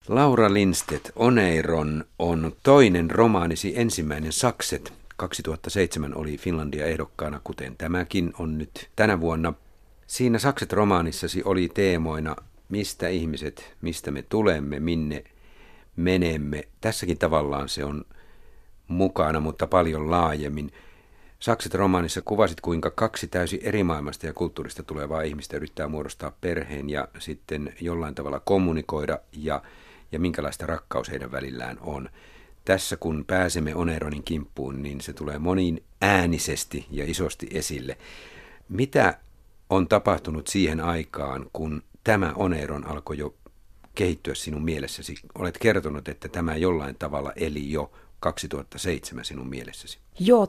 Laura Lindstedt, Oneiron on toinen romaanisi, ensimmäinen Sakset. 2007 oli Finlandia ehdokkaana, kuten tämäkin on nyt tänä vuonna. Siinä Sakset-romaanissasi oli teemoina, mistä ihmiset, mistä me tulemme, minne menemme. Tässäkin tavallaan se on mukana, mutta paljon laajemmin. Sakset-romaanissa kuvasit, kuinka kaksi täysin eri maailmasta ja kulttuurista tulevaa ihmistä yrittää muodostaa perheen ja sitten jollain tavalla kommunikoida ja minkälaista rakkaus heidän välillään on. Tässä kun pääsemme Oneironin kimppuun, niin se tulee monin äänisesti ja isosti esille. Mitä on tapahtunut siihen aikaan, kun tämä Oneiron alkoi jo kehittyä sinun mielessäsi? Olet kertonut, että tämä jollain tavalla eli jo 2007 sinun mielessäsi. Joo,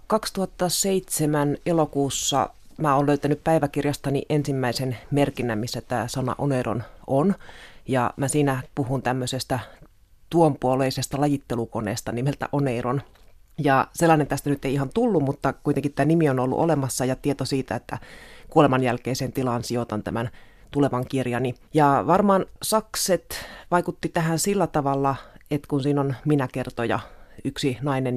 2007 elokuussa mä oon löytänyt päiväkirjastani ensimmäisen merkinnän, missä tämä sana Oneiron on. Ja mä siinä puhun tämmöisestä tuonpuoleisesta lajittelukoneesta nimeltä Oneiron. Ja sellainen tästä nyt ei ihan tullut, mutta kuitenkin tämä nimi on ollut olemassa ja tieto siitä, että kuoleman jälkeiseen tilaan sijoitan tämän tulevan kirjani. Ja varmaan Sakset vaikutti tähän sillä tavalla, että kun siinä on minäkertoja, yksi nainen,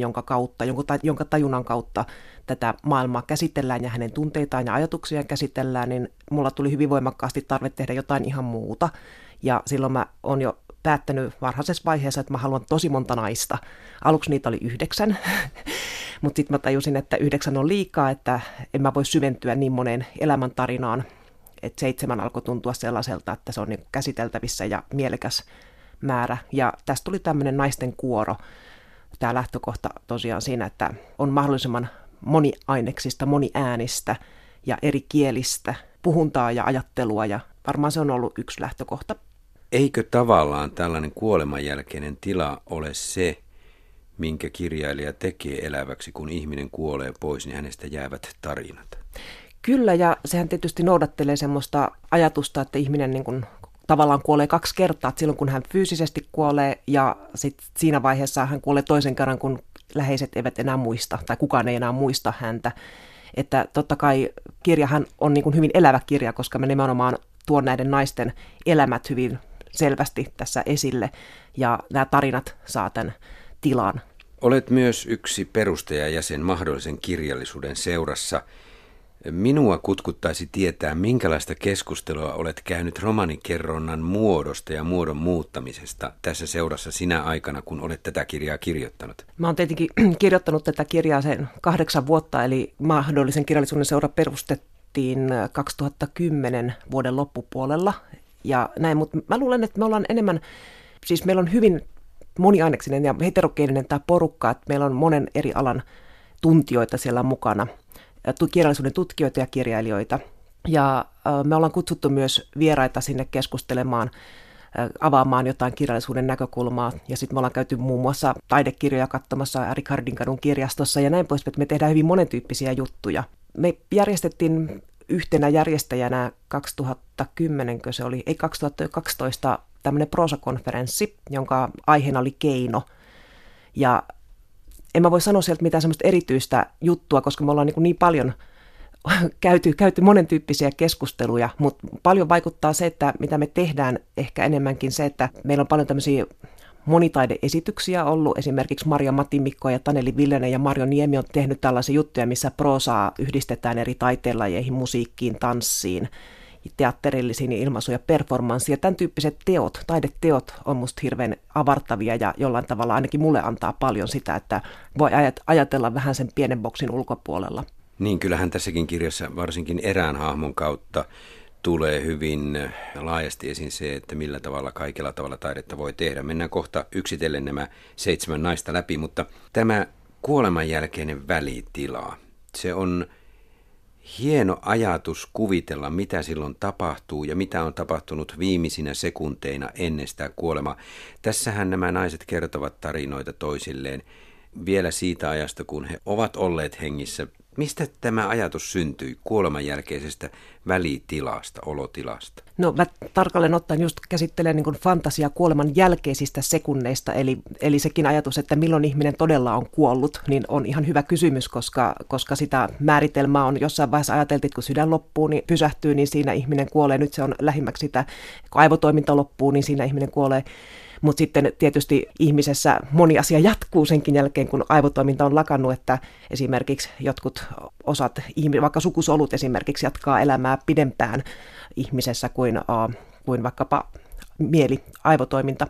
jonka tajunnan kautta tätä maailmaa käsitellään ja hänen tunteitaan ja ajatuksiaan käsitellään, niin mulla tuli hyvin voimakkaasti tarve tehdä jotain ihan muuta. Ja silloin mä oon jo päättänyt varhaisessa vaiheessa, että mä haluan tosi monta naista. Aluksi niitä oli 9, mutta sitten mä tajusin, että 9 on liikaa, että en mä voi syventyä niin moneen elämäntarinaan, että 7 alkoi tuntua sellaiselta, että se on niin käsiteltävissä ja mielekäs määrä. Ja tästä tuli tämmöinen naisten kuoro. Tämä lähtökohta tosiaan siinä, että on mahdollisimman moniaineksista, moniäänistä ja eri kielistä puhuntaa ja ajattelua, ja varmaan se on ollut yksi lähtökohta. Eikö tavallaan tällainen kuoleman jälkeinen tila ole se, minkä kirjailija tekee eläväksi, kun ihminen kuolee pois, niin hänestä jäävät tarinat? Kyllä, ja sehän tietysti noudattelee semmoista ajatusta, että ihminen niin kuin tavallaan kuolee 2 kertaa, että silloin kun hän fyysisesti kuolee ja sitten siinä vaiheessa hän kuolee toisen kerran, kun läheiset eivät enää muista tai kukaan ei enää muista häntä. Että totta kai kirjahan on niin kuin hyvin elävä kirja, koska me nimenomaan tuon näiden naisten elämät hyvin selvästi tässä esille ja nämä tarinat saa tämän tilan. Olet myös yksi perustajajäsen mahdollisen kirjallisuuden seurassa. Minua kutkuttaisi tietää, minkälaista keskustelua olet käynyt romanikerronnan muodosta ja muodon muuttamisesta tässä seurassa sinä aikana, kun olet tätä kirjaa kirjoittanut. Mä oon tietenkin kirjoittanut tätä kirjaa sen 8 vuotta, eli mahdollisen kirjallisuuden seura perustettiin 2010 vuoden loppupuolella. Ja näin, mutta mä luulen, että me ollaan enemmän, siis meillä on hyvin moniaineksinen ja heterogeeninen tämä porukka, että meillä on monen eri alan tuntijoita siellä mukana. Kirjallisuuden tutkijoita ja kirjailijoita. Ja me ollaan kutsuttu myös vieraita sinne keskustelemaan, avaamaan jotain kirjallisuuden näkökulmaa. Ja sitten me ollaan käyty muun muassa taidekirjoja katsomassa Ricardinkadun kirjastossa ja näin pois, että me tehdään hyvin monentyyppisiä juttuja. Me järjestettiin yhtenä järjestäjänä 2010, se oli, ei 2012, tämmöinen proosakonferenssi, jonka aiheena oli keino. Ja en mä voi sanoa sieltä mitään semmoista erityistä juttua, koska me ollaan niin paljon käyty monentyyppisiä keskusteluja, mutta paljon vaikuttaa se, että mitä me tehdään, ehkä enemmänkin se, että meillä on paljon tämmöisiä monitaideesityksiä ollut. Esimerkiksi Marja Matimikko ja Taneli Viljonen ja Marjo Niemi on tehnyt tällaisia juttuja, missä proosaa yhdistetään eri taiteenlajeihin, musiikkiin, tanssiin, teatterillisiin ilmaisuja, performanssiin. Tämän tyyppiset teot, taideteot on musta hirveän avartavia ja jollain tavalla ainakin mulle antaa paljon sitä, että voi ajatella vähän sen pienen boksin ulkopuolella. Niin, kyllähän tässäkin kirjassa varsinkin erään hahmon kautta tulee hyvin laajasti esiin se, että millä tavalla kaikella tavalla taidetta voi tehdä. Mennään kohta yksitellen nämä 7 naista läpi, mutta tämä kuoleman jälkeinen välitila, se on hieno ajatus kuvitella, mitä silloin tapahtuu ja mitä on tapahtunut viimeisinä sekunteina ennen sitä kuolemaa. Tässähän nämä naiset kertovat tarinoita toisilleen vielä siitä ajasta, kun he ovat olleet hengissä. Mistä tämä ajatus syntyi kuoleman jälkeisestä välitilasta, olotilasta? No mä tarkalleen ottaen just käsittelen niin kuin fantasia kuoleman jälkeisistä sekunneista, eli sekin ajatus, että milloin ihminen todella on kuollut, niin on ihan hyvä kysymys, koska sitä määritelmää on jossain vaiheessa ajateltiin, että kun sydän loppuu, niin pysähtyy, niin siinä ihminen kuolee. Nyt se on lähimmäksi sitä, kun aivotoiminta loppuu, niin siinä ihminen kuolee. Mutta sitten tietysti ihmisessä moni asia jatkuu senkin jälkeen, kun aivotoiminta on lakannut, että esimerkiksi jotkut osat, vaikka sukusolut esimerkiksi jatkaa elämää pidempään ihmisessä kuin vaikkapa aivotoiminta.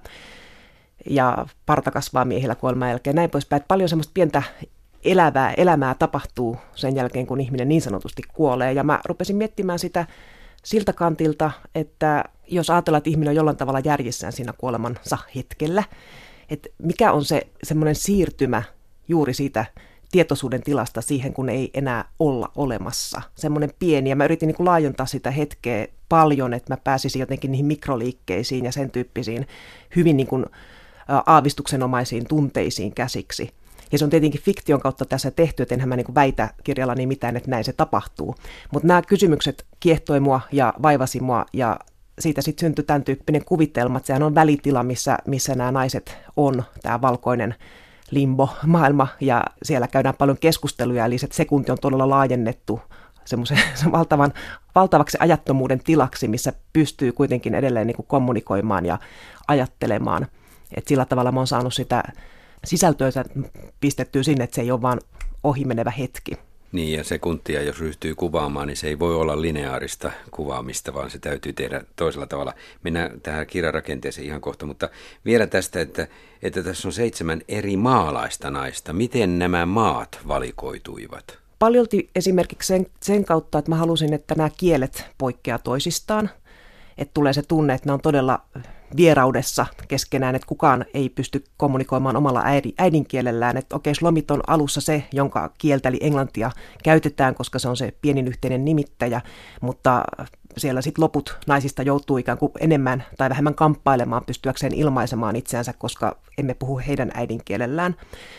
Ja parta kasvaa miehillä kuoleman jälkeen, näin poispäin. Että paljon semmoista pientä elävää elämää tapahtuu sen jälkeen, kun ihminen niin sanotusti kuolee. Ja mä rupesin miettimään sitä siltä kantilta, että jos ajatellaan, että ihminen on jollain tavalla järjissään siinä kuolemansa hetkellä, että mikä on se semmoinen siirtymä juuri siitä tietoisuuden tilasta siihen, kun ei enää olla olemassa. Semmoinen pieni, ja mä yritin niin kuin laajentaa sitä hetkeä paljon, että mä pääsisin jotenkin niihin mikroliikkeisiin ja sen tyyppisiin hyvin niin kuin aavistuksenomaisiin tunteisiin käsiksi. Ja se on tietenkin fiktion kautta tässä tehty, että enhän mä niin kuin väitä kirjallani mitään, että näin se tapahtuu. Mutta nämä kysymykset kiehtoi mua ja vaivasi mua, ja siitä sitten syntyi tämän tyyppinen kuvitelma, että sehän on välitila, missä nämä naiset on, tämä valkoinen limbo-maailma, ja siellä käydään paljon keskusteluja, eli se sekunti on todella laajennettu semmoisen valtavaksi ajattomuuden tilaksi, missä pystyy kuitenkin edelleen niin kuin kommunikoimaan ja ajattelemaan. Et sillä tavalla mä oon saanut sitä sisältöä pistettyä sinne, että se ei ole vaan ohimenevä hetki. Niin, ja sekuntia, jos ryhtyy kuvaamaan, niin se ei voi olla lineaarista kuvaamista, vaan se täytyy tehdä toisella tavalla. Mennään tähän kirjarakenteeseen ihan kohta, mutta vielä tästä, että tässä on 7 eri maalaista naista. Miten nämä maat valikoituivat? Paljolti esimerkiksi sen kautta, että mä halusin, että nämä kielet poikkeaa toisistaan. Että tulee se tunne, että ne on todella vieraudessa keskenään, että kukaan ei pysty kommunikoimaan omalla äidinkielellään. Että okei, slomit on alussa se, jonka kieltä eli englantia käytetään, koska se on se pienin yhteinen nimittäjä, mutta siellä sitten loput naisista joutuu ikään kuin enemmän tai vähemmän kamppailemaan pystyäkseen ilmaisemaan itseänsä, koska emme puhu heidän äidinkielellään.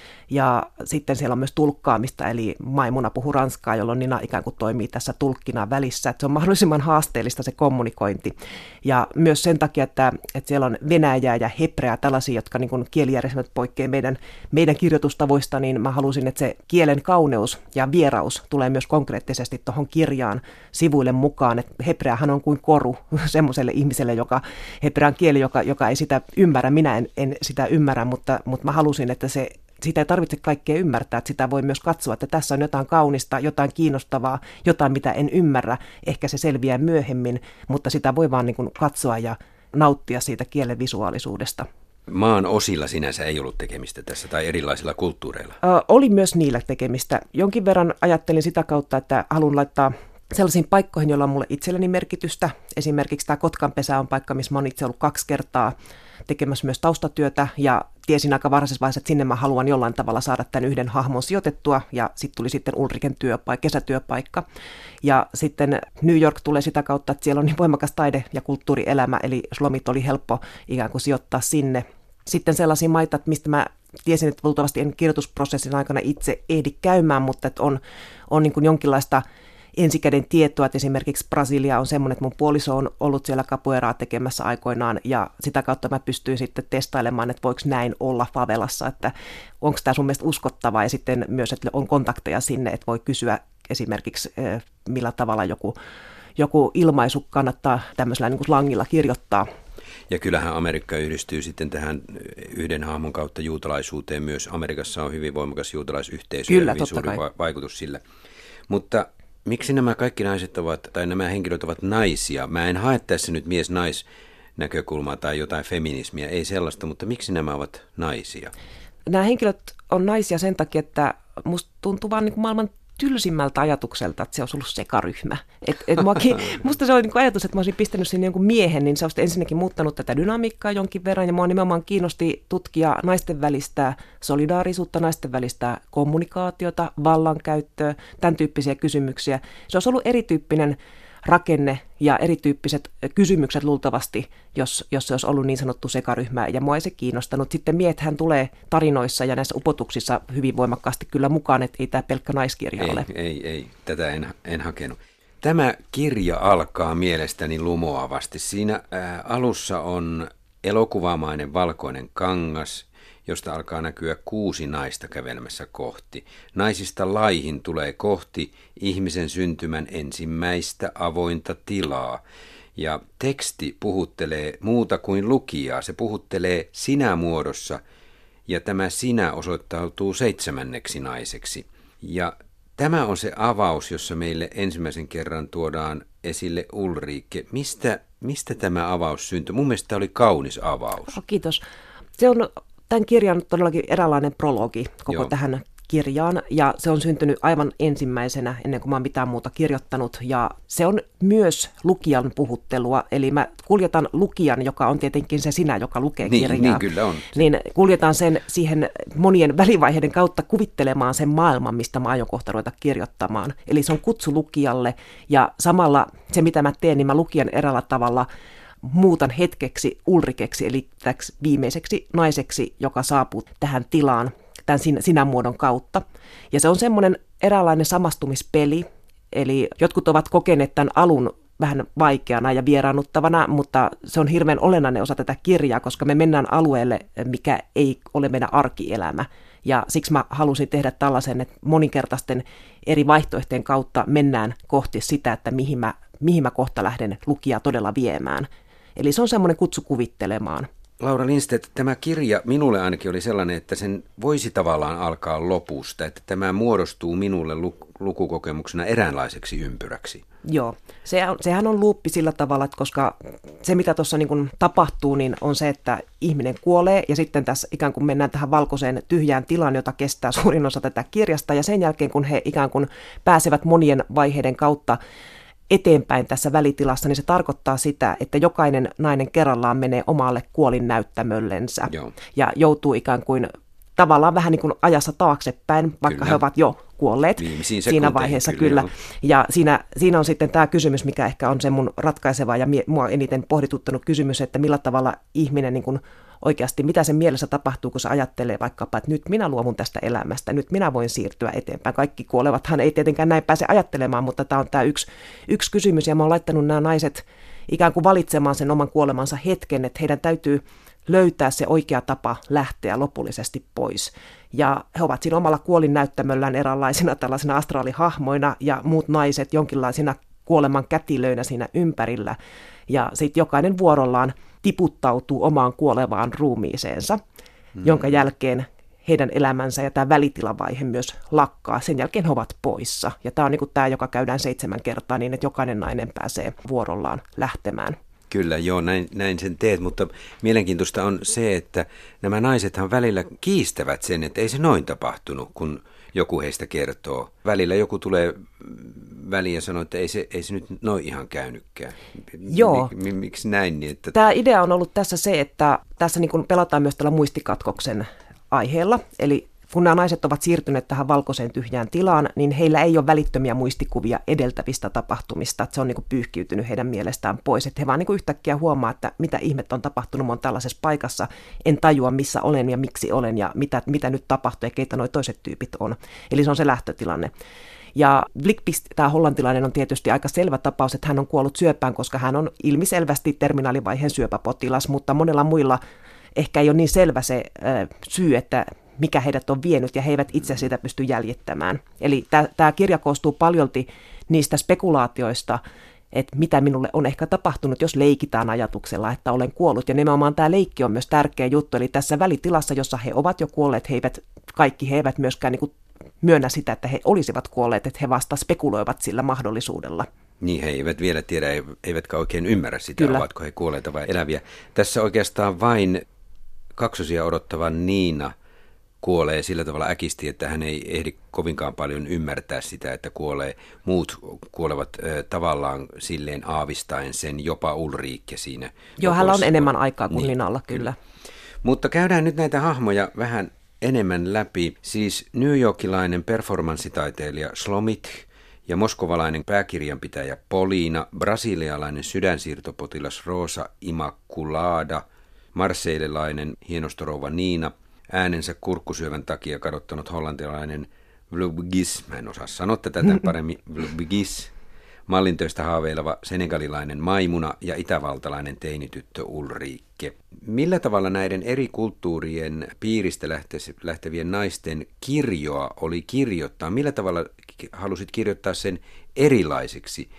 Ja sitten siellä on myös tulkkaamista, eli Maimuna puhuu ranskaa, jolloin Nina ikään kuin toimii tässä tulkkina välissä. Että se on mahdollisimman haasteellista se kommunikointi. Ja myös sen takia, että siellä on venäjää ja hebreaa, tällaisia, jotka niin kuin kielijärjestelmät poikkeaa meidän kirjoitustavoista, niin mä halusin, että se kielen kauneus ja vieraus tulee myös konkreettisesti tuohon kirjaan sivuille mukaan. Että hebreahan on kuin koru semmoiselle ihmiselle, hebrean kieli, joka ei sitä ymmärrä. Minä en sitä ymmärrä, mutta mä halusin, että sitä ei tarvitse kaikkea ymmärtää, että sitä voi myös katsoa, että tässä on jotain kaunista, jotain kiinnostavaa, jotain mitä en ymmärrä. Ehkä se selviää myöhemmin, mutta sitä voi vaan niin kuin katsoa ja nauttia siitä kielen visuaalisuudesta. Maan osilla sinänsä ei ollut tekemistä tässä tai erilaisilla kulttuureilla? Oli myös niillä tekemistä. Jonkin verran ajattelin sitä kautta, että haluan laittaa sellaisiin paikkoihin, joilla on mulle itselleni merkitystä. Esimerkiksi tämä Kotkanpesä on paikka, missä mä oon itse ollut 2 kertaa tekemässä myös taustatyötä ja tiesin aika varhaisessa vaiheessa, että sinne mä haluan jollain tavalla saada tämän yhden hahmon sijoitettua ja sitten tuli sitten Ulriken kesätyöpaikka. Ja sitten New York tulee sitä kautta, että siellä on niin voimakas taide- ja kulttuurielämä, eli slomit oli helppo ikään kuin sijoittaa sinne. Sitten sellaisia maita, mistä mä tiesin, että luultavasti en kirjoitusprosessin aikana itse ehdi käymään, mutta että on niin kuin jonkinlaista ensikäden tietoa, että esimerkiksi Brasilia on semmoinen, että mun puoliso on ollut siellä capoeiraa tekemässä aikoinaan ja sitä kautta mä pystyin sitten testailemaan, että voiko näin olla favelassa, että onko tämä sun mielestä uskottavaa ja sitten myös, että on kontakteja sinne, että voi kysyä esimerkiksi millä tavalla joku ilmaisu kannattaa tämmöisellä niin kuin slangilla kirjoittaa. Ja kyllähän Amerikka yhdistyy sitten tähän yhden hahmon kautta juutalaisuuteen myös. Amerikassa on hyvin voimakas juutalaisyhteisö ja hyvin suuri vaikutus sillä. Mutta miksi nämä kaikki naiset tai nämä henkilöt ovat naisia? Mä en hae tässä nyt mies-nais-näkökulmaa tai jotain feminismiä, ei sellaista, mutta miksi nämä ovat naisia? Nämä henkilöt on naisia sen takia, että musta tuntuu vaan niin kuin maailman tylsimmältä ajatukselta, että se olisi ollut sekaryhmä. Musta se oli niin ajatus, että mä olisin pistänyt sinne jonkun miehen, niin se olisi ensinnäkin muuttanut tätä dynamiikkaa jonkin verran, ja mua nimenomaan kiinnosti tutkia naisten välistä solidaarisuutta, naisten välistä kommunikaatiota, vallankäyttöä, tämän tyyppisiä kysymyksiä. Se olisi ollut erityyppinen rakenne ja erityyppiset kysymykset luultavasti, jos se olisi ollut niin sanottu sekaryhmä, ja mua ei se kiinnostanut. Sitten miehethän tulee tarinoissa ja näissä upotuksissa hyvin voimakkaasti kyllä mukaan, että ei tämä pelkkä naiskirja ole. Ei, tätä en hakenut. Tämä kirja alkaa mielestäni lumoavasti. Siinä alussa on elokuvaamainen valkoinen kangas, josta alkaa näkyä 6 naista kävelemässä kohti. Naisista laihin tulee kohti ihmisen syntymän ensimmäistä avointa tilaa. Ja teksti puhuttelee muuta kuin lukijaa, se puhuttelee sinä-muodossa ja tämä sinä osoittautuu 7. naiseksi. Ja tämä on se avaus, jossa meille ensimmäisen kerran tuodaan esille Ulrike. Mistä tämä avaus syntyi? Mun mielestä tämä oli kaunis avaus. Kiitos. Se on tämän kirjan todellakin eräänlainen prologi koko tähän kirjaan, ja se on syntynyt aivan ensimmäisenä, ennen kuin mä oon mitään muuta kirjoittanut, ja se on myös lukijan puhuttelua, eli mä kuljetan lukijan, joka on tietenkin se sinä, joka lukee kirjaa. Niin kyllä on. Niin kuljetaan sen siihen monien välivaiheiden kautta kuvittelemaan sen maailman, mistä mä aion kohta ruveta kirjoittamaan. Eli se on kutsu lukijalle, ja samalla se, mitä mä teen, niin mä lukijan eräällä tavalla muutan hetkeksi Ulrikeksi, eli täksi viimeiseksi naiseksi, joka saapuu tähän tilaan tämän sinä-muodon kautta. Ja se on semmoinen eräänlainen samastumispeli, eli jotkut ovat kokeneet tämän alun vähän vaikeana ja vieraannuttavana, mutta se on hirveän olennainen osa tätä kirjaa, koska me mennään alueelle, mikä ei ole meidän arkielämä. Ja siksi mä halusin tehdä tällaisen, että moninkertaisten eri vaihtoehtojen kautta mennään kohti sitä, että mihin mä kohta lähden lukijaa todella viemään. Eli se on semmoinen kutsu kuvittelemaan. Laura Lindstedt, tämä kirja minulle ainakin oli sellainen, että sen voisi tavallaan alkaa lopusta, että tämä muodostuu minulle lukukokemuksena eräänlaiseksi ympyräksi. Joo, sehän on luuppi sillä tavalla, että koska se mitä tuossa niin kuin tapahtuu, niin on se, että ihminen kuolee ja sitten tässä ikään kuin mennään tähän valkoiseen tyhjään tilaan, jota kestää suurin osa tätä kirjasta, ja sen jälkeen kun he ikään kuin pääsevät monien vaiheiden kautta eteenpäin tässä välitilassa, niin se tarkoittaa sitä, että jokainen nainen kerrallaan menee omalle kuolinnäyttämöllensä. Joo. Ja joutuu ikään kuin tavallaan vähän niin kuin ajassa taaksepäin, vaikka Kyllä. he ovat jo kuolleet siinä vaiheessa. Kyllä. Ja siinä on sitten tämä kysymys, mikä ehkä on se mun ratkaiseva ja mua eniten pohdituttanut kysymys, että millä tavalla ihminen niin kuin oikeasti, mitä sen mielessä tapahtuu, kun se ajattelee vaikkapa, että nyt minä luovun tästä elämästä, nyt minä voin siirtyä eteenpäin. Kaikki kuolevathan ei tietenkään näin pääse ajattelemaan, mutta tämä on tämä yksi kysymys, ja mä oon laittanut nämä naiset ikään kuin valitsemaan sen oman kuolemansa hetken, että heidän täytyy löytää se oikea tapa lähteä lopullisesti pois. Ja he ovat siinä omalla kuolinnäyttämöllään eräänlaisina tällaisina astraalihahmoina ja muut naiset jonkinlaisina kuoleman kätilöinä siinä ympärillä. Ja sitten jokainen vuorollaan tiputtautuu omaan kuolevaan ruumiiseensa, jonka jälkeen heidän elämänsä ja tämä välitilavaihe myös lakkaa. Sen jälkeen he ovat poissa. Ja tämä on niin kuin tämä, joka käydään 7 kertaa niin, että jokainen nainen pääsee vuorollaan lähtemään. Kyllä, joo, näin sen teet, mutta mielenkiintoista on se, että nämä naisethan välillä kiistävät sen, että ei se noin tapahtunut, kun joku heistä kertoo. Välillä joku tulee väliin ja sanoo, että ei se nyt noin ihan käynytkään. Joo. Miksi näin? Niin, että... Tämä idea on ollut tässä se, että tässä niin kuin pelataan myös tällä muistikatkoksen aiheella, eli kun nämä naiset ovat siirtyneet tähän valkoiseen tyhjään tilaan, niin heillä ei ole välittömiä muistikuvia edeltävistä tapahtumista. Että se on niin kuin pyyhkiytynyt heidän mielestään pois. Että he vaan niin kuin yhtäkkiä huomaa, että mitä ihmettä on tapahtunut, mä oon tällaisessa paikassa, en tajua missä olen ja miksi olen ja mitä nyt tapahtuu ja keitä nuo toiset tyypit on. Eli se on se lähtötilanne. Ja Blickpist, tämä hollantilainen, on tietysti aika selvä tapaus, että hän on kuollut syöpään, koska hän on ilmiselvästi terminaalivaiheen syöpäpotilas, mutta monella muilla ehkä ei ole niin selvä se syy, että mikä heidät on vienyt, ja he eivät itse sitä pysty jäljittämään. Eli tämä kirja koostuu paljolti niistä spekulaatioista, että mitä minulle on ehkä tapahtunut, jos leikitään ajatuksella, että olen kuollut. Ja nimenomaan tämä leikki on myös tärkeä juttu, eli tässä välitilassa, jossa he ovat jo kuolleet, he eivät myöskään niin kuin myönnä sitä, että he olisivat kuolleet, että he vasta spekuloivat sillä mahdollisuudella. Niin, he eivät vielä tiedä, eivätkä oikein ymmärrä sitä, Kyllä. Ovatko he kuolleita vai eläviä. Tässä oikeastaan vain kaksosia odottava Niina kuolee sillä tavalla äkisti, että hän ei ehdi kovinkaan paljon ymmärtää sitä, että kuolee. Muut kuolevat tavallaan silleen aavistaen sen, jopa Ulrike siinä. Joo, hänellä on enemmän aikaa kuin Ninalla, kyllä. Mutta käydään nyt näitä hahmoja vähän enemmän läpi. Siis newyorkilainen performanssitaiteilija Slomit ja moskovalainen pääkirjanpitäjä Polina, brasilialainen sydänsiirtopotilas Rosa Immaculada, marseillelainen hienostorouva Niina, äänensä kurkkusyövän takia kadottanut hollantilainen Vlubgis, mä en osaa sanoa tätä paremmin, Vlubgis, mallintöistä haaveileva senegalilainen Maimuna ja itävaltalainen teinityttö Ulrike. Millä tavalla näiden eri kulttuurien piiristä lähtevien naisten kirjoa oli kirjoittaa? Millä tavalla halusit kirjoittaa sen erilaiseksi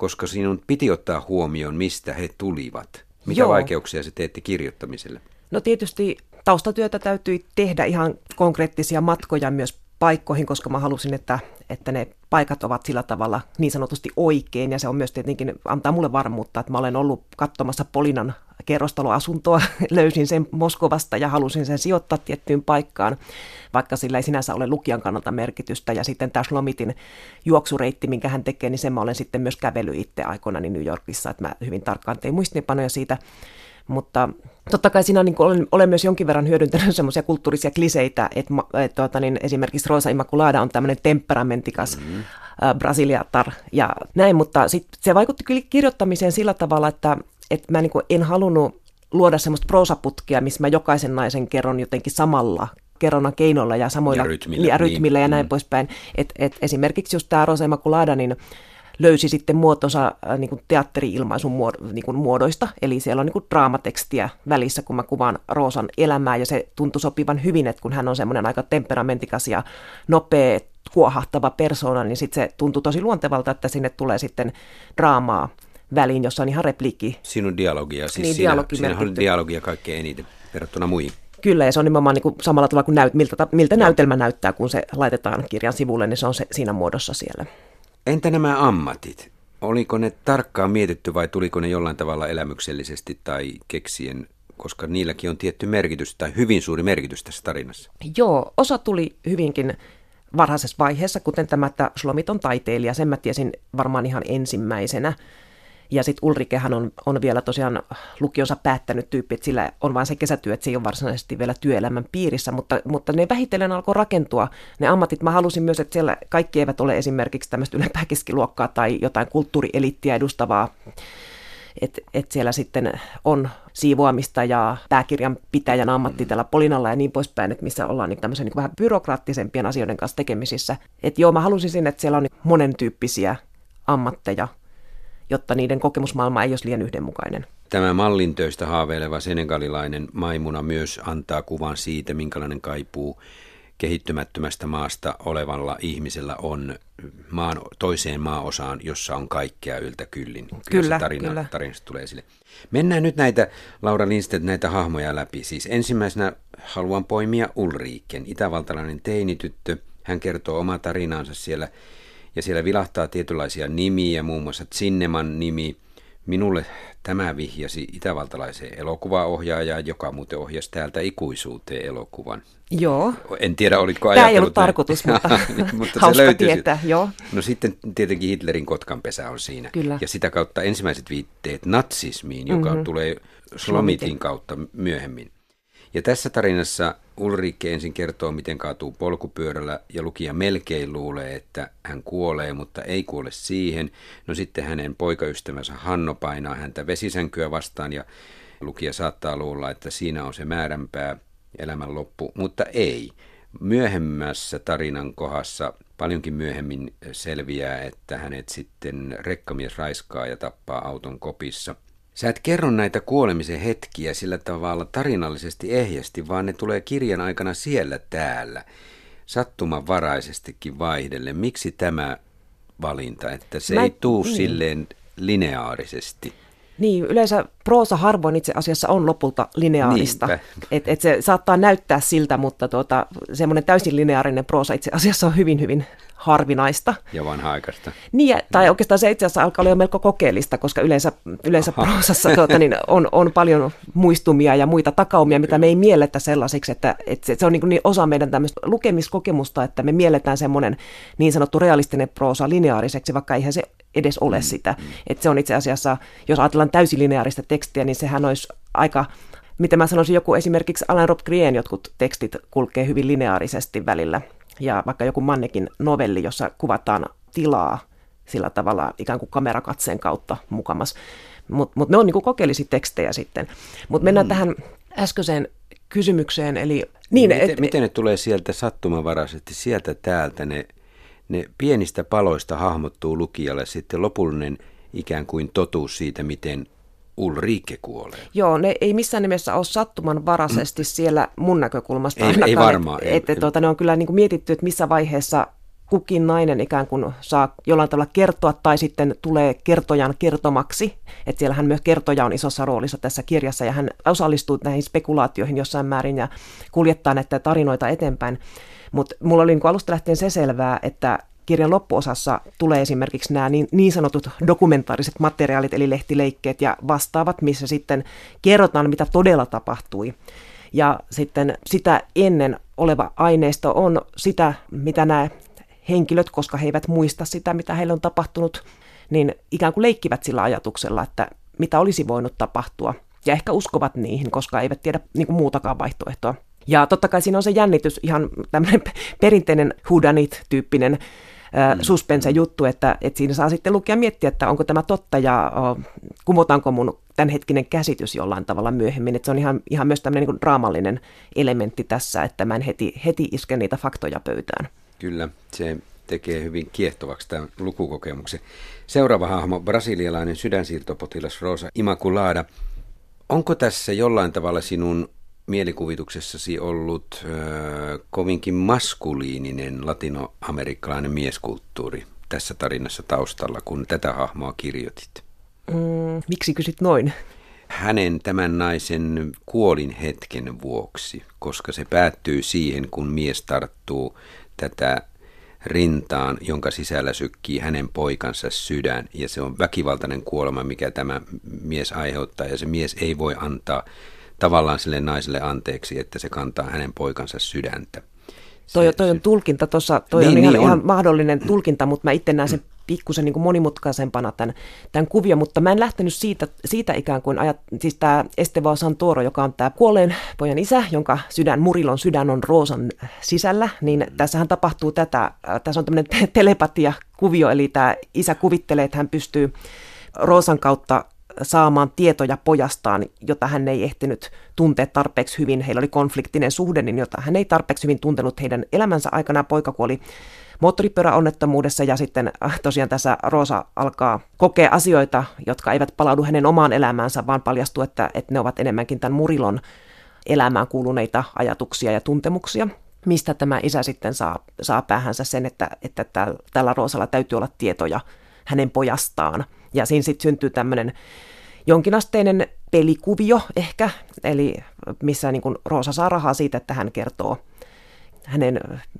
koska sinun piti ottaa huomioon, mistä he tulivat. Mitä vaikeuksia se teetti kirjoittamiselle? No tietysti taustatyötä täytyi tehdä, ihan konkreettisia matkoja myös paikkoihin, koska mä halusin, että ne paikat ovat sillä tavalla niin sanotusti oikein, ja se on myös tietenkin antaa mulle varmuutta, että mä olen ollut katsomassa Polinan kerrostaloasuntoa, löysin sen Moskovasta ja halusin sen sijoittaa tiettyyn paikkaan, vaikka sillä ei sinänsä ole lukijan kannalta merkitystä, ja sitten tämä Shlomitin juoksureitti, minkä hän tekee, niin sen mä olen sitten myös kävellyt itse aikoinani New Yorkissa, että mä hyvin tarkkaan tein muistiinpanoja siitä. Mutta totta kai siinä niin olen myös jonkin verran hyödyntänyt semmoisia kulttuurisia kliseitä, että esimerkiksi Rosa Immaculada on tämmöinen temperamentikas brasiliatar ja näin, mutta se vaikutti kyllä kirjoittamiseen sillä tavalla, että mä niin en halunnut luoda semmoista proosaputkea, missä mä jokaisen naisen kerron jotenkin samalla kerronnan keinoilla ja samoilla rytmillä ja näin poispäin. Et esimerkiksi just tämä Rosa Immaculada, niin löysi sitten muotonsa niin kuin teatteri-ilmaisun muodoista, eli siellä on niin kuin draamatekstiä välissä, kun mä kuvaan Roosan elämää, ja se tuntui sopivan hyvin, että kun hän on semmoinen aika temperamentikas ja nopea, kuohahtava persoona, niin sitten se tuntui tosi luontevalta, että sinne tulee sitten draamaa väliin, jossa on ihan repliikki. Sinun dialogia, siis niin, siinä on dialogia kaikkein eniten verrattuna muihin. Kyllä, ja se on nimenomaan niin kuin samalla tavalla kuin miltä näytelmä näyttää, kun se laitetaan kirjan sivulle, niin se on siinä muodossa siellä. Entä nämä ammatit? Oliko ne tarkkaan mietitty vai tuliko ne jollain tavalla elämyksellisesti tai keksien, koska niilläkin on tietty merkitys tai hyvin suuri merkitys tässä tarinassa? Joo, osa tuli hyvinkin varhaisessa vaiheessa, kuten tämä, että Shlomit on taiteilija, sen mä tiesin varmaan ihan ensimmäisenä. Ja sitten Ulrikehän on vielä tosiaan lukionsa päättänyt tyyppi, että sillä on vain se kesätyö, että se ei ole varsinaisesti vielä työelämän piirissä, mutta ne vähitellen alkoi rakentua. Ne ammatit, mä halusin myös, että siellä kaikki eivät ole esimerkiksi tämmöistä ylempää keskiluokkaa tai jotain kulttuurielittiä edustavaa. Että siellä sitten on siivoamista ja pääkirjanpitäjän ammatti tällä Polinalla ja niin poispäin, että missä ollaan niin tämmöisen niin vähän byrokraattisempien asioiden kanssa tekemisissä. Että joo, mä halusin, että siellä on monen tyyppisiä ammatteja, jotta niiden kokemusmaailma ei olisi liian yhdenmukainen. Tämä mallintöistä haaveileva senegalilainen Maimuna myös antaa kuvan siitä, minkälainen kaipuu kehittymättömästä maasta olevalla ihmisellä on toiseen maaosaan, jossa on kaikkea yltä kyllin. Kyllä, tarinasta tulee esille. Mennään nyt Laura Lindstedt, näitä hahmoja läpi. Siis ensimmäisenä haluan poimia Ulriken, itävaltalainen teinityttö. Hän kertoo omaa tarinaansa siellä. Ja siellä vilahtaa tietynlaisia nimiä, muun muassa Zinnemann nimi. Minulle tämä vihjasi itävaltalaiseen elokuvaohjaajaan, joka muuten ohjasi täältä ikuisuuteen elokuvan. Joo. En tiedä, olitko ajatellut. Tämä ei ollut tarkoitus, mutta hauska se tietää, joo. No sitten tietenkin Hitlerin kotkanpesä on siinä. Kyllä. Ja sitä kautta ensimmäiset viitteet natsismiin, joka tulee Shlomitin kautta myöhemmin. Ja tässä tarinassa Ulrike ensin kertoo, miten kaatuu polkupyörällä ja lukija melkein luulee, että hän kuolee, mutta ei kuole siihen. No sitten hänen poikaystävänsä Hanno painaa häntä vesisänkyä vastaan ja lukija saattaa luulla, että siinä on se määränpää, elämän loppu, mutta ei. Myöhemmässä tarinan kohdassa paljonkin myöhemmin selviää, että hänet sitten rekkamies raiskaa ja tappaa auton kopissa. Sä et kerro näitä kuolemisen hetkiä sillä tavalla tarinallisesti ehjästi, vaan ne tulee kirjan aikana siellä täällä, sattumanvaraisestikin vaihdellen. Miksi tämä valinta, että se ei tuu silleen lineaarisesti? Niin, yleensä proosa harvoin itse asiassa on lopulta lineaarista. Et se saattaa näyttää siltä, mutta semmoinen täysin lineaarinen proosa itse asiassa on hyvin, hyvin harvinaista. Ja vanha-aikaista. Niin, tai oikeastaan se itse asiassa alkaa olla jo melko kokeellista, koska yleensä proosassa on paljon muistumia ja muita takaumia, mitä me ei mielletä sellaisiksi, että se on niin osa meidän tämmöistä lukemiskokemusta, että me mielletään semmoinen niin sanottu realistinen proosa lineaariseksi, vaikka eihän se edes ole sitä. Että se on itse asiassa, jos ajatellaan täysin lineaarista tekstiä, niin sehän olisi aika, miten mä sanoisin, joku esimerkiksi Alain Robbe-Grien jotkut tekstit kulkee hyvin lineaarisesti välillä. Ja vaikka joku Mannekin novelli, jossa kuvataan tilaa sillä tavalla ikään kuin kamerakatseen kautta mukamas. Mutta ne on niin kuin kokeellisia tekstejä sitten. Mutta mennään tähän äskeiseen kysymykseen. Eli, miten ne tulee sieltä sattumanvaraisesti, sieltä täältä ne pienistä paloista hahmottuu lukijalle sitten lopullinen ikään kuin totuus siitä, miten Ulrike kuolee. Joo, ne ei missään nimessä ole sattumanvaraisesti siellä mun näkökulmasta. Ei varmaan. Ne on kyllä niin kuin mietitty, että missä vaiheessa kukin nainen ikään kuin saa jollain tavalla kertoa tai sitten tulee kertojan kertomaksi. Että siellähän myös kertoja on isossa roolissa tässä kirjassa ja hän osallistuu näihin spekulaatioihin jossain määrin ja kuljettaa näitä tarinoita eteenpäin. Mutta mulla oli niin alusta lähtien se selvää, että kirjan loppuosassa tulee esimerkiksi nämä niin sanotut dokumentaariset materiaalit, eli lehtileikkeet ja vastaavat, missä sitten kerrotaan, mitä todella tapahtui. Ja sitten sitä ennen oleva aineisto on sitä, mitä nämä henkilöt, koska he eivät muista sitä, mitä heille on tapahtunut, niin ikään kuin leikkivät sillä ajatuksella, että mitä olisi voinut tapahtua. Ja ehkä uskovat niihin, koska eivät tiedä niin kuin muutakaan vaihtoehtoa. Ja totta kai siinä on se jännitys, ihan tämmöinen perinteinen whodunit-tyyppinen suspense-juttu, että siinä saa sitten lukea ja miettiä, että onko tämä totta ja kumotaanko mun tämänhetkinen käsitys jollain tavalla myöhemmin. Että se on ihan myös tämmöinen niin kuin draamallinen elementti tässä, että mä en heti iske niitä faktoja pöytään. Kyllä, se tekee hyvin kiehtovaksi tämän lukukokemuksen. Seuraava hahmo, brasilialainen sydänsiirtopotilas Rosa Immaculada. Onko tässä jollain tavalla sinun mielikuvituksessasi ollut kovinkin maskuliininen latinoamerikkalainen mieskulttuuri tässä tarinassa taustalla, kun tätä hahmoa kirjoitit? Miksi kysyt noin? Hänen tämän naisen kuolinhetken vuoksi, koska se päättyy siihen, kun mies tarttuu tätä rintaan, jonka sisällä sykkii hänen poikansa sydän. Ja se on väkivaltainen kuolema, mikä tämä mies aiheuttaa, ja se mies ei voi antaa tavallaan sille naiselle anteeksi, että se kantaa hänen poikansa sydäntä. Toi on tulkinta tuossa, on ihan mahdollinen tulkinta, mutta mä itse näen sen pikkusen niin kuin monimutkaisempana tämän kuvion, mutta mä en lähtenyt siitä ikään kuin, siis tämä Estevão Santoro, joka on tämä kuolleen pojan isä, jonka Murilon sydän on Rosan sisällä, niin tässähän tapahtuu tässä on tämmöinen telepatia-kuvio, eli tämä isä kuvittelee, että hän pystyy Rosan kautta saamaan tietoja pojastaan, jota hän ei ehtinyt tuntea tarpeeksi hyvin. Heillä oli konfliktinen suhde, niin jota hän ei tarpeeksi hyvin tuntenut heidän elämänsä aikana. Poika kuoli moottoripyöräonnettomuudessa ja sitten tosiaan tässä Rosa alkaa kokea asioita, jotka eivät palaudu hänen omaan elämäänsä, vaan paljastuu, että ne ovat enemmänkin tämän Murilon elämään kuuluneita ajatuksia ja tuntemuksia. Mistä tämä isä sitten saa päähänsä sen, että tällä Rosalla täytyy olla tietoja hänen pojastaan. Ja siinä sitten syntyy tämmöinen jonkinasteinen pelikuvio ehkä, eli missä niin kuin Rosa saa rahaa siitä, että hän kertoo hänen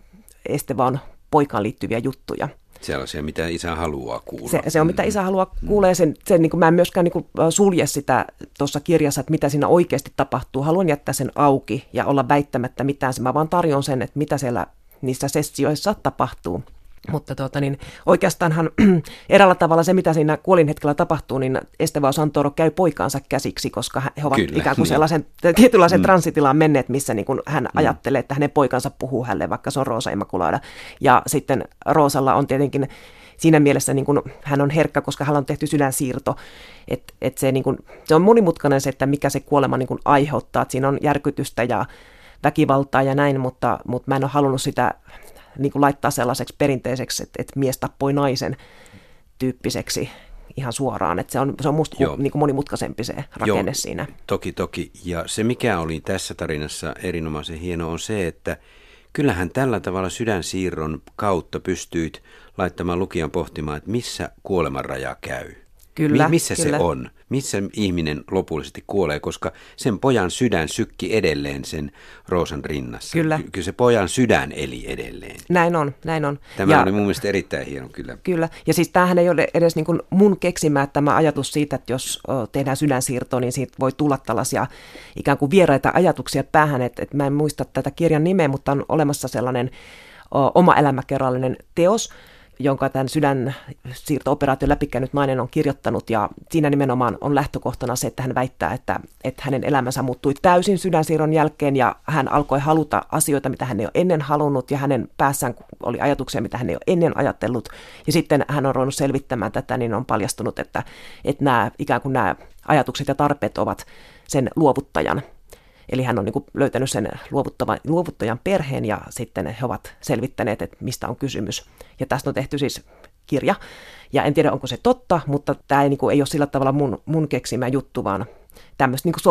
Esteván poikaan liittyviä juttuja. Sellaisia, mitä isä haluaa kuulla. Se on, mitä isä haluaa kuulla, ja sen niin kuin mä en myöskään niin kuin sulje sitä tuossa kirjassa, että mitä siinä oikeasti tapahtuu. Haluan jättää sen auki ja olla väittämättä mitään. Mä vaan tarjon sen, että mitä siellä niissä sessioissa tapahtuu. Mutta oikeastaanhan eräällä tavalla se, mitä siinä kuolinhetkellä tapahtuu, niin Estevão Santoro käy poikaansa käsiksi, koska he ovat ikään kuin sellaisen tietynlaisen transitilaan menneet, missä niin kuin hän ajattelee, että hänen poikansa puhuu hänelle, vaikka se on Rosa Immaculada. Ja sitten Rosalla on tietenkin siinä mielessä, niin kuin, hän on herkkä, koska hän on tehty sydänsiirto, että se, niin kuin, se on monimutkainen se, että mikä se kuolema niin kuin aiheuttaa. Että siinä on järkytystä ja väkivaltaa ja näin, mutta mä en ole halunnut sitä niin kuin laittaa sellaiseksi perinteiseksi, että mies tappoi naisen tyyppiseksi ihan suoraan. Että se on musta niin kuin monimutkaisempi se rakenne siinä. Toki. Ja se, mikä oli tässä tarinassa erinomaisen hieno, on se, että kyllähän tällä tavalla sydänsiirron kautta pystyit laittamaan lukijan pohtimaan, että missä kuolemanraja käy. Kyllä, missä se on? Missä ihminen lopullisesti kuolee, koska sen pojan sydän sykki edelleen sen Rosan rinnassa. Kyllä se pojan sydän eli edelleen. Näin on. Tämä oli mun mielestä erittäin hieno, kyllä. Kyllä, ja siis tämähän ei ole edes niin kuin mun keksimä tämä ajatus siitä, että jos tehdään sydänsiirtoa, niin siitä voi tulla tällaisia ikään kuin vieraita ajatuksia päähän, että mä en muista tätä kirjan nimeä, mutta on olemassa sellainen oma elämäkerrallinen teos, jonka tämän sydänsiirto-operaation läpikäynyt nainen on kirjoittanut, ja siinä nimenomaan on lähtökohtana se, että hän väittää, että hänen elämänsä muuttui täysin sydänsiirron jälkeen, ja hän alkoi haluta asioita, mitä hän ei ole ennen halunnut, ja hänen päässään oli ajatuksia, mitä hän ei ole ennen ajatellut, ja sitten hän on ruvennut selvittämään tätä, niin on paljastunut, että nämä, ikään kuin nämä ajatukset ja tarpeet ovat sen luovuttajan. Eli hän on niin kuin löytänyt sen luovuttajan perheen ja sitten he ovat selvittäneet, että mistä on kysymys. Ja tästä on tehty siis kirja. Ja en tiedä, onko se totta, mutta tämä ei ole sillä tavalla mun keksimä juttu, vaan tämmöistä niin kuin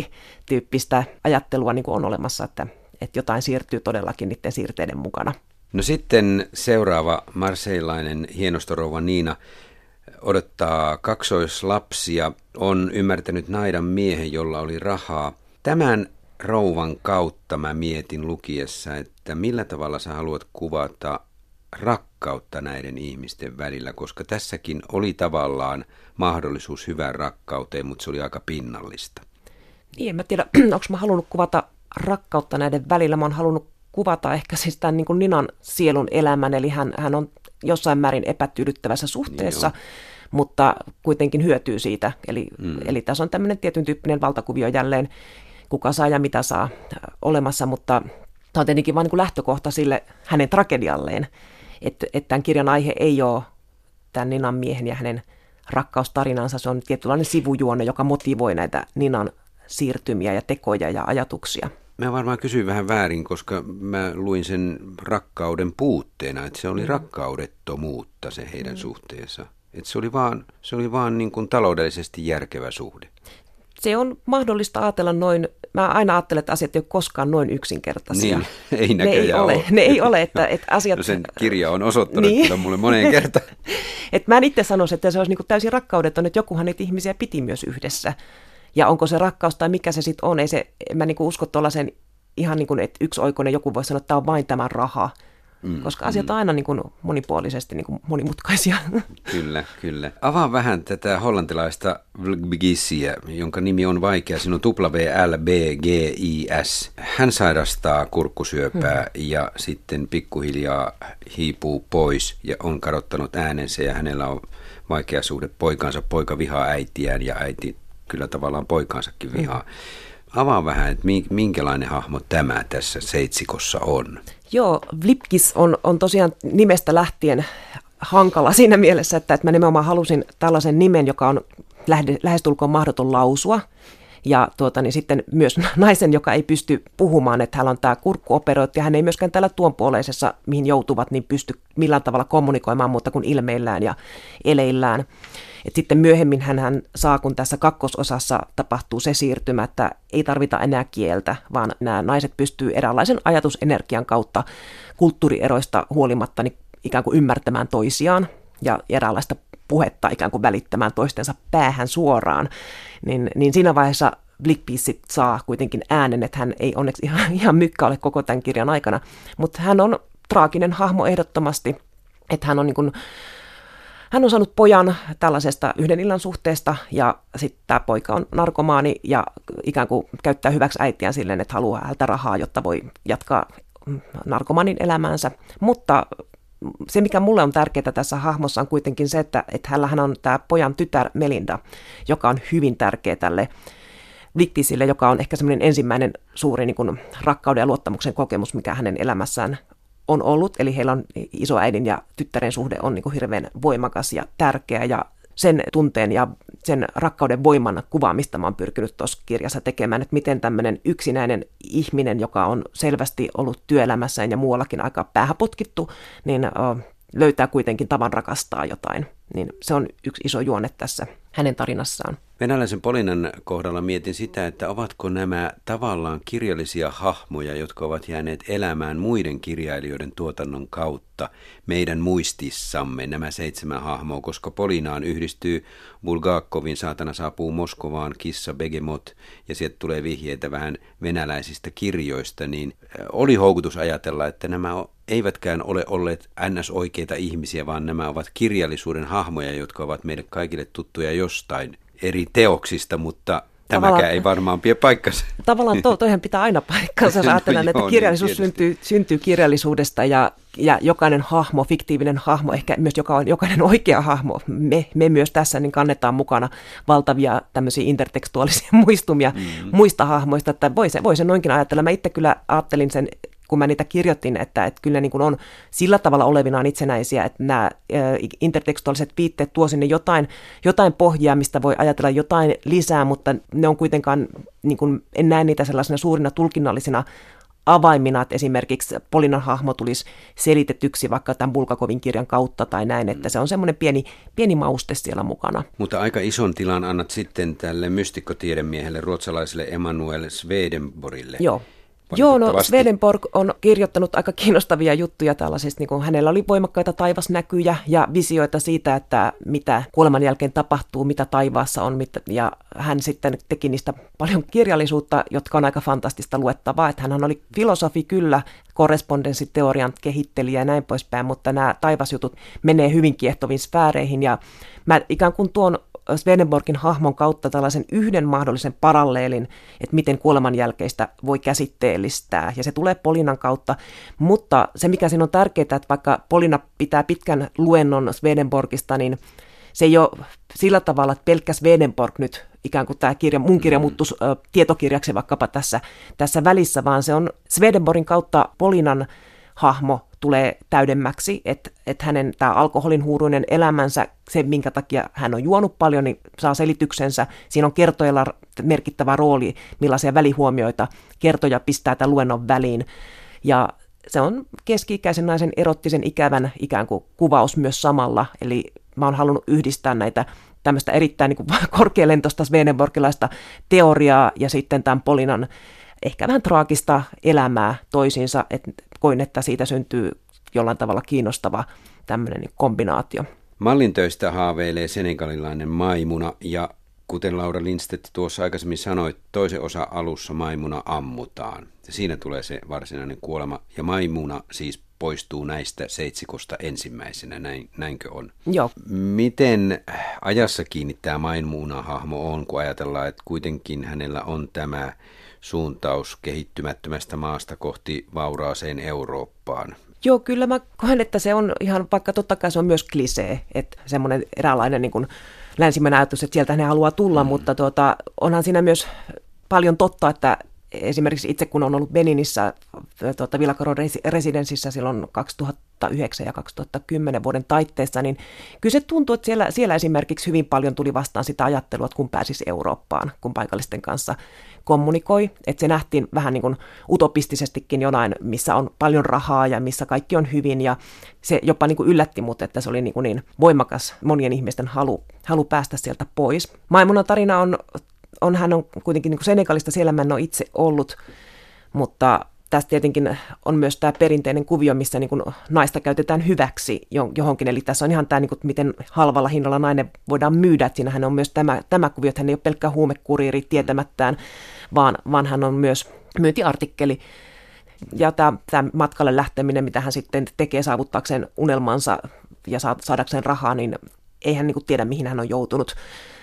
solumuisti-tyyppistä ajattelua niin kuin on olemassa, että jotain siirtyy todellakin niiden siirteiden mukana. No sitten seuraava marseilainen hienostorouva Niina odottaa kaksoislapsia, on ymmärtänyt naidan miehen, jolla oli rahaa. Tämän rouvan kautta mä mietin lukiessa, että millä tavalla sä haluat kuvata rakkautta näiden ihmisten välillä, koska tässäkin oli tavallaan mahdollisuus hyvään rakkauteen, mutta se oli aika pinnallista. Niin, en mä tiedä, onko mä halunnut kuvata rakkautta näiden välillä. Mä oon halunnut kuvata ehkä siis tämän niin kuin Ninan sielun elämän, eli hän on jossain määrin epätyydyttävässä suhteessa, mutta kuitenkin hyötyy siitä. Eli tässä on tämmöinen tietyn tyyppinen valtakuvio jälleen, kuka saa ja mitä saa olemassa, mutta tämä on tietenkin vain niin kuin lähtökohta sille hänen tragedialleen, että tämän kirjan aihe ei ole tämän Ninan miehen ja hänen rakkaustarinansa, se on tietynlainen sivujuone, joka motivoi näitä Ninan siirtymiä ja tekoja ja ajatuksia. Mä varmaan kysyin vähän väärin, koska mä luin sen rakkauden puutteena, että se oli rakkaudettomuutta se heidän suhteensa. Että se oli vaan niin kuin taloudellisesti järkevä suhde. Se on mahdollista ajatella noin, mä aina ajattelen, että asiat ei ole koskaan noin yksinkertaisia. Niin, ei näköjään ole. Ne ei ole, että asiat... No sen kirja on osoittanut kyllä mulle moneen kertaan. Että mä en itse sanoisi, että se olisi niin kuin täysin rakkaudeton, että jokuhan niitä ihmisiä piti myös yhdessä. Ja onko se rakkaus tai mikä se sitten on, mä niin kuin usko tuollaisen ihan niin kuin, että yksioikoinen joku voi sanoa, että tämä on vain tämä raha. Koska asiat on aina niin kuin monipuolisesti niin kuin monimutkaisia. Kyllä, kyllä. Avaa vähän tätä hollantilaista Vlgbigisiä, jonka nimi on vaikea. Siinä on WLBGIS. Hän sairastaa kurkkusyöpää ja sitten pikkuhiljaa hiipuu pois ja on kadottanut äänensä ja hänellä on vaikea suhde poikansa. Poika vihaa äitiään ja äiti kyllä tavallaan poikaansakin vihaa. Avaa vähän, että minkälainen hahmo tämä tässä seitsikossa on. Joo, Vlibgis on tosiaan nimestä lähtien hankala siinä mielessä, että mä nimenomaan halusin tällaisen nimen, joka on lähestulkoon mahdoton lausua. Ja niin sitten myös naisen, joka ei pysty puhumaan, että hänellä on tämä kurkkuoperoitu ja hän ei myöskään täällä tuonpuoleisessa, mihin joutuvat, niin pysty millään tavalla kommunikoimaan muuta kuin ilmeillään ja eleillään. Et sitten myöhemmin hän saa, kun tässä kakkososassa tapahtuu se siirtymä, että ei tarvita enää kieltä, vaan nämä naiset pystyy eräänlaisen ajatusenergian kautta kulttuurieroista huolimatta niin ikään kuin ymmärtämään toisiaan ja eräänlaista puhetta ikään kuin välittämään toistensa päähän suoraan, niin siinä vaiheessa Vlibgis saa kuitenkin äänen, että hän ei onneksi ihan mykkä ole koko tämän kirjan aikana, mutta hän on traaginen hahmo ehdottomasti, että hän on saanut pojan tällaisesta yhden illan suhteesta ja sitten tämä poika on narkomaani ja ikään kuin käyttää hyväksi äitiään silleen, että haluaa häneltä rahaa, jotta voi jatkaa narkomaanin elämäänsä, mutta se, mikä mulle on tärkeää tässä hahmossa, on kuitenkin se, että hänellähän on tämä pojan tytär Melinda, joka on hyvin tärkeä tälle Vlibgisille, joka on ehkä semmoinen ensimmäinen suuri niin kuin rakkauden ja luottamuksen kokemus, mikä hänen elämässään on ollut. Eli heillä on isoäidin ja tyttären suhde on niin kuin hirveän voimakas ja tärkeä, ja sen tunteen ja sen rakkauden voiman kuvaamista mä oon pyrkinyt tuossa kirjassa tekemään, että miten tämmöinen yksinäinen ihminen, joka on selvästi ollut työelämässään ja muuallakin aika päähäpotkittu, niin löytää kuitenkin tavan rakastaa jotain. Niin se on yksi iso juone tässä hänen tarinassaan. Venäläisen Polinan kohdalla mietin sitä, että ovatko nämä tavallaan kirjallisia hahmoja, jotka ovat jääneet elämään muiden kirjailijoiden tuotannon kautta meidän muistissamme, nämä 7 hahmoa, koska Polinaan yhdistyy Bulgakovin Saatana saapuu Moskovaan, Kissa Begemot, ja sieltä tulee vihjeitä vähän venäläisistä kirjoista, niin oli houkutus ajatella, että nämä eivätkään ole olleet ns-oikeita ihmisiä, vaan nämä ovat kirjallisuuden hahmoja, jotka ovat meille kaikille tuttuja jostain eri teoksista, mutta tämäkään ei varmaan pidä paikkansa. Tavallaan toihan pitää aina paikkansa, jos ajatellaan, että kirjallisuus syntyy kirjallisuudesta ja jokainen hahmo, fiktiivinen hahmo, ehkä myös jokainen oikea hahmo, me myös tässä niin kannetaan mukana valtavia tämmöisiä intertekstuaalisia muistumia muista hahmoista, että voi se noinkin ajatella. Mä itse kyllä ajattelin sen, kun mä niitä kirjoitin, että kyllä niin kuin on sillä tavalla olevinaan itsenäisiä, että nämä intertekstuaaliset viitteet tuo sinne jotain pohjaa, mistä voi ajatella jotain lisää, mutta ne on kuitenkaan, niin kuin, en näe niitä sellaisena suurina tulkinnallisina avaimina, että esimerkiksi Polinan hahmo tulisi selitetyksi vaikka tämän Bulgakovin kirjan kautta tai näin, että se on semmoinen pieni mauste siellä mukana. Mutta aika ison tilan annat sitten tälle mystikkotiedemiehelle, ruotsalaiselle Emanuel Swedenborgille. Joo. Joo, no Swedenborg on kirjoittanut aika kiinnostavia juttuja tällaisista, niin kuin hänellä oli voimakkaita taivasnäkyjä ja visioita siitä, että mitä kuoleman jälkeen tapahtuu, mitä taivaassa on, ja hän sitten teki niistä paljon kirjallisuutta, jotka on aika fantastista luettavaa, että hän oli filosofi kyllä, korrespondenssiteorian kehittelijä ja näin poispäin, mutta nämä taivasjutut menee hyvin kiehtoviin sfääreihin, ja mä ikään kuin tuon Swedenborgin hahmon kautta tällaisen yhden mahdollisen paralleelin, että miten kuoleman jälkeistä voi käsitteellistää, ja se tulee Polinan kautta, mutta se mikä siinä on tärkeää, että vaikka Polina pitää pitkän luennon Swedenborgista, niin se ei ole sillä tavalla, että pelkkä Swedenborg nyt ikään kuin tämä kirja, mun kirja muuttuisi tietokirjaksi vaikkapa tässä välissä, vaan se on Swedenborgin kautta Polinan hahmo tulee täydemmäksi, että hänen tämä alkoholin huuruinen elämänsä, se minkä takia hän on juonut paljon, niin saa selityksensä. Siinä on kertojalla merkittävä rooli, millaisia välihuomioita kertoja pistää tämän luennon väliin. Ja se on keski-ikäisen naisen erottisen ikävän ikään kuin kuvaus myös samalla, eli mä oon halunnut yhdistää näitä tämmöistä erittäin niin kuin korkealentoista swedenborgilaista teoriaa ja sitten tämän Polinan ehkä vähän traagista elämää toisiinsa, että koin, että siitä syntyy jollain tavalla kiinnostava tämmöinen kombinaatio. Mallintöistä haaveilee senegalilainen Maimuna, ja kuten Laura Lindstedt tuossa aikaisemmin sanoi, toisen osa alussa Maimuna ammutaan. Ja siinä tulee se varsinainen kuolema, ja Maimuna siis poistuu näistä seitsikosta ensimmäisenä, näinkö on? Joo. Miten ajassa kiinni tämä Maimuna-hahmo on, kun ajatellaan, että kuitenkin hänellä on tämä suuntaus kehittymättömästä maasta kohti vauraaseen Eurooppaan? Joo, kyllä mä koen, että se on ihan, vaikka totta kai se on myös klisee, että semmoinen eräänlainen niin kuin länsimäinen ajatus, että sieltä hän haluaa tulla, mutta onhan siinä myös paljon totta, että esimerkiksi itse kun on ollut Beninissä Villacaron residenssissä silloin 2009 ja 2010 vuoden taitteessa, niin kyllä se tuntuu, että siellä esimerkiksi hyvin paljon tuli vastaan sitä ajattelua, että kun pääsisi Eurooppaan, kun paikallisten kanssa kommunikoi, että se nähtiin vähän niin kuin utopistisestikin jonain, missä on paljon rahaa ja missä kaikki on hyvin, ja se jopa niin kuin yllätti mut, että se oli niin voimakas monien ihmisten halu päästä sieltä pois. Maimunan tarina hän on kuitenkin niin kuin Senegalista, siellä mä en ole itse ollut, mutta tässä tietenkin on myös tämä perinteinen kuvio, missä niin kuin naista käytetään hyväksi johonkin, eli tässä on ihan tämä, niin kuin, miten halvalla hinnalla nainen voidaan myydä, että siinähän on myös tämä kuvio, että hän ei ole pelkkä huumekuriiri tietämättään, vaan hän on myös myyntiartikkeli. Ja tämä matkalle lähteminen, mitä hän sitten tekee saavuttaakseen unelmansa ja saadakseen rahaa, niin ei hän niin kuin tiedä, mihin hän on joutunut.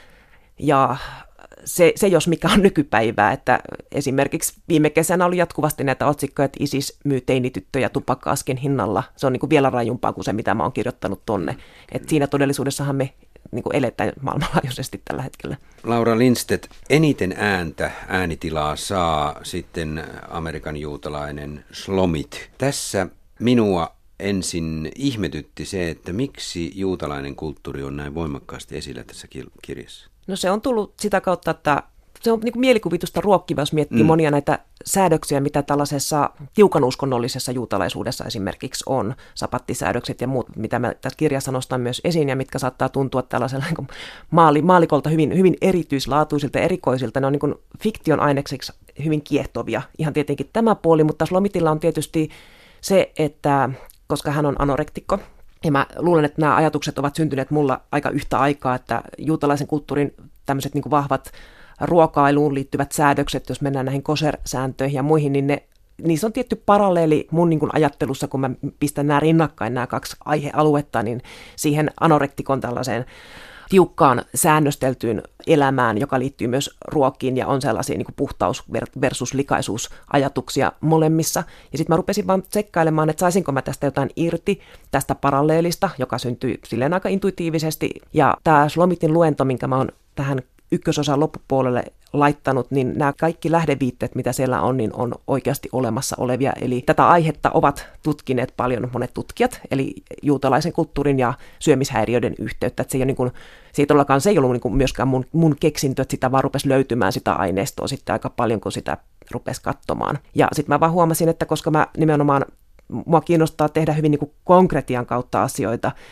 Ja se jos mikä on nykypäivää, että esimerkiksi viime kesänä oli jatkuvasti näitä otsikkoja, että ISIS myy teinityttöjä tupakka-askin hinnalla. Se on niin kuin vielä rajumpaa kuin se, mitä mä oon kirjoittanut tonne. Et siinä todellisuudessahan me niin kuin eletään maailmanlaajuisesti tällä hetkellä. Laura Lindstedt, eniten äänitilaa saa sitten Amerikan juutalainen Shlomit. Tässä minua ensin ihmetytti se, että miksi juutalainen kulttuuri on näin voimakkaasti esillä tässä kirjassa. No se on tullut sitä kautta, että se on niin kuin mielikuvitusta ruokkiva, jos miettii monia näitä säädöksiä, mitä tällaisessa tiukan uskonnollisessa juutalaisuudessa esimerkiksi on, sapattisäädökset ja muut, mitä mä tässä kirjassa nostan myös esiin ja mitkä saattaa tuntua tällaisella niin kuin maalikolta hyvin, hyvin erityislaatuisilta ja erikoisilta. Ne on niin kuin fiktion ainekseksi hyvin kiehtovia, ihan tietenkin tämä puoli, mutta Shlomitilla on tietysti se, että koska hän on anorektikko, ja mä luulen, että nämä ajatukset ovat syntyneet mulla aika yhtä aikaa, että juutalaisen kulttuurin tämmöiset niin kuin vahvat ruokailuun liittyvät säädökset, jos mennään näihin kosher-sääntöihin ja muihin, niin niissä on tietty paralleeli mun niin kuin ajattelussa, kun mä pistän nämä rinnakkain, nämä kaksi aihealuetta, niin siihen anorektikon tällaiseen tiukkaan säännösteltyyn elämään, joka liittyy myös ruokiin ja on sellaisia niin kuin puhtaus versus likaisuusajatuksia molemmissa. Ja sitten mä rupesin vaan tsekkailemaan, että saisinko mä tästä jotain irti, tästä paralleelista, joka syntyy silleen aika intuitiivisesti. Ja tämä Shlomitin luento, minkä mä oon tähän ykkösosan loppupuolelle laittanut, niin nämä kaikki lähdeviitteet, mitä siellä on, niin on oikeasti olemassa olevia. Eli tätä aihetta ovat tutkineet paljon monet tutkijat, eli juutalaisen kulttuurin ja syömishäiriöiden yhteyttä. Että se ei ole niin kuin, se ei ollut niin kuin myöskään mun keksintö, että sitä vaan rupesi löytymään sitä aineistoa sitten aika paljon, kun sitä rupesi katsomaan. Ja sitten mä vaan huomasin, että koska mä nimenomaan, mua kiinnostaa tehdä hyvin niin kuin konkretian kautta asioita,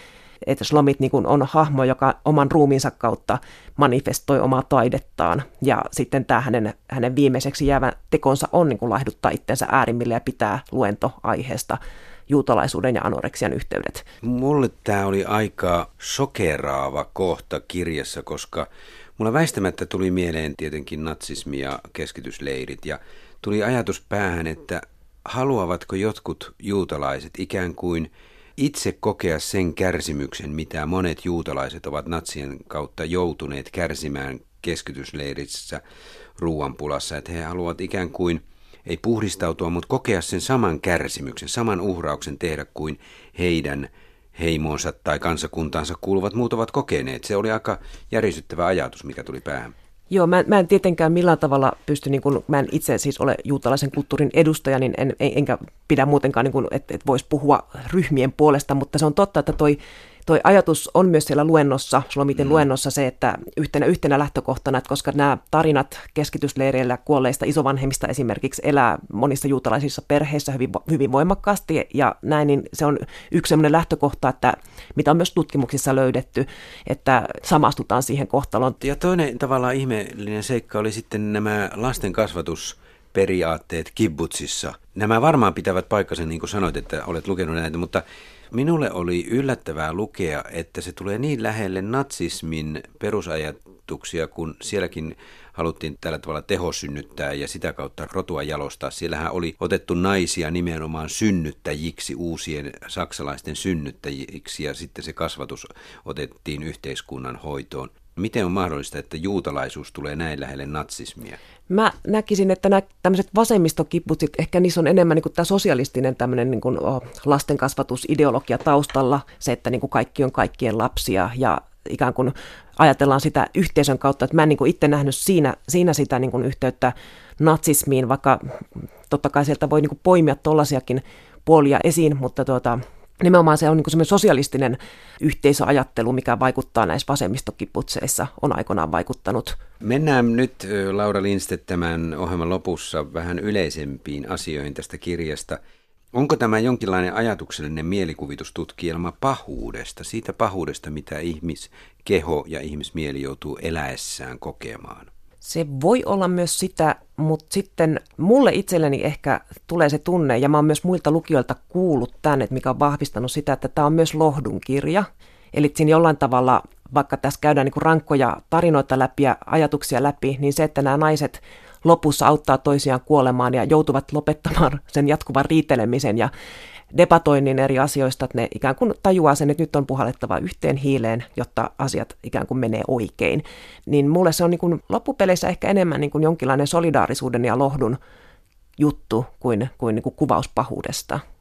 että Shlomit niin kuin on hahmo, joka oman ruumiinsa kautta manifestoi omaa taidettaan. Ja sitten tämä hänen viimeiseksi jäävä tekonsa on niin kuin laihduttaa itsensä äärimmille ja pitää luento aiheesta juutalaisuuden ja anoreksian yhteydet. Mulle tämä oli aika shokeraava kohta kirjassa, koska mulla väistämättä tuli mieleen tietenkin natsismi ja keskitysleirit ja tuli ajatus päähän, että haluavatko jotkut juutalaiset ikään kuin itse kokea sen kärsimyksen, mitä monet juutalaiset ovat natsien kautta joutuneet kärsimään keskitysleirissä ruoanpulassa, että he haluavat ikään kuin ei puhdistautua, mutta kokea sen saman kärsimyksen, saman uhrauksen tehdä kuin heidän heimonsa tai kansakuntaansa kuuluvat muut ovat kokeneet. Se oli aika järisyttävä ajatus, mikä tuli päähän. Joo, mä en tietenkään millään tavalla pysty, niin kun, mä en itse siis ole juutalaisen kulttuurin edustaja, niin enkä pidä muutenkaan, niin että voisi puhua ryhmien puolesta, mutta se on totta, että toi ajatus on myös siellä luennossa, Shlomitin luennossa se, että yhtenä lähtökohtana, että koska nämä tarinat keskitysleireillä kuolleista isovanhemmista esimerkiksi elää monissa juutalaisissa perheissä hyvin voimakkaasti ja näin, niin se on yksi sellainen lähtökohta, että mitä on myös tutkimuksissa löydetty, että samastutaan siihen kohtaloon. Ja toinen tavallaan ihmeellinen seikka oli sitten nämä lasten kasvatusperiaatteet kibbutsissa. Nämä varmaan pitävät paikkansa, niin kuin sanoit, että olet lukenut näitä, mutta minulle oli yllättävää lukea, että se tulee niin lähelle natsismin perusajatuksia, kun sielläkin haluttiin tällä tavalla tehosynnyttää ja sitä kautta rotua jalostaa. Siellähän oli otettu naisia nimenomaan synnyttäjiksi, uusien saksalaisten synnyttäjiksi ja sitten se kasvatus otettiin yhteiskunnan hoitoon. Miten on mahdollista, että juutalaisuus tulee näin lähelle natsismia? Mä näkisin, että nämä tämmöiset vasemmistokibbutsit, ehkä niissä on enemmän niin kuin tämä sosialistinen tämmöinen niin kuin lastenkasvatusideologia taustalla, se, että niin kuin kaikki on kaikkien lapsia ja ikään kuin ajatellaan sitä yhteisön kautta, että mä en niin kuin itse nähnyt siinä sitä niin kuin yhteyttä natsismiin, vaikka totta kai sieltä voi niin kuin poimia tollaisiakin puolia esiin, mutta nimenomaan se on niin kuin semmoinen sosialistinen yhteisöajattelu, mikä vaikuttaa näissä vasemmistokibbutseissa, on aikoinaan vaikuttanut. Mennään nyt, Laura Lindstedt, tämän ohjelman lopussa vähän yleisempiin asioihin tästä kirjasta. Onko tämä jonkinlainen ajatuksellinen mielikuvitustutkielma pahuudesta, siitä pahuudesta, mitä ihmiskeho ja ihmismieli joutuu eläessään kokemaan? Se voi olla myös sitä, mutta sitten mulle itselleni ehkä tulee se tunne, ja mä oon myös muilta lukijoilta kuullut tämän, että mikä on vahvistanut sitä, että tämä on myös lohdun kirja. Eli siinä jollain tavalla, vaikka tässä käydään niin kuin rankkoja tarinoita läpi ja ajatuksia läpi, niin se, että nämä naiset lopussa auttaa toisiaan kuolemaan ja joutuvat lopettamaan sen jatkuvan riitelemisen ja debatoinnin eri asioista, että ne ikään kuin tajuaa sen, että nyt on puhallettava yhteen hiileen, jotta asiat ikään kuin menee oikein. Niin mulle se on niin kuin loppupeleissä ehkä enemmän niin kuin jonkinlainen solidaarisuuden ja lohdun juttu kuin kuvaus pahuudesta.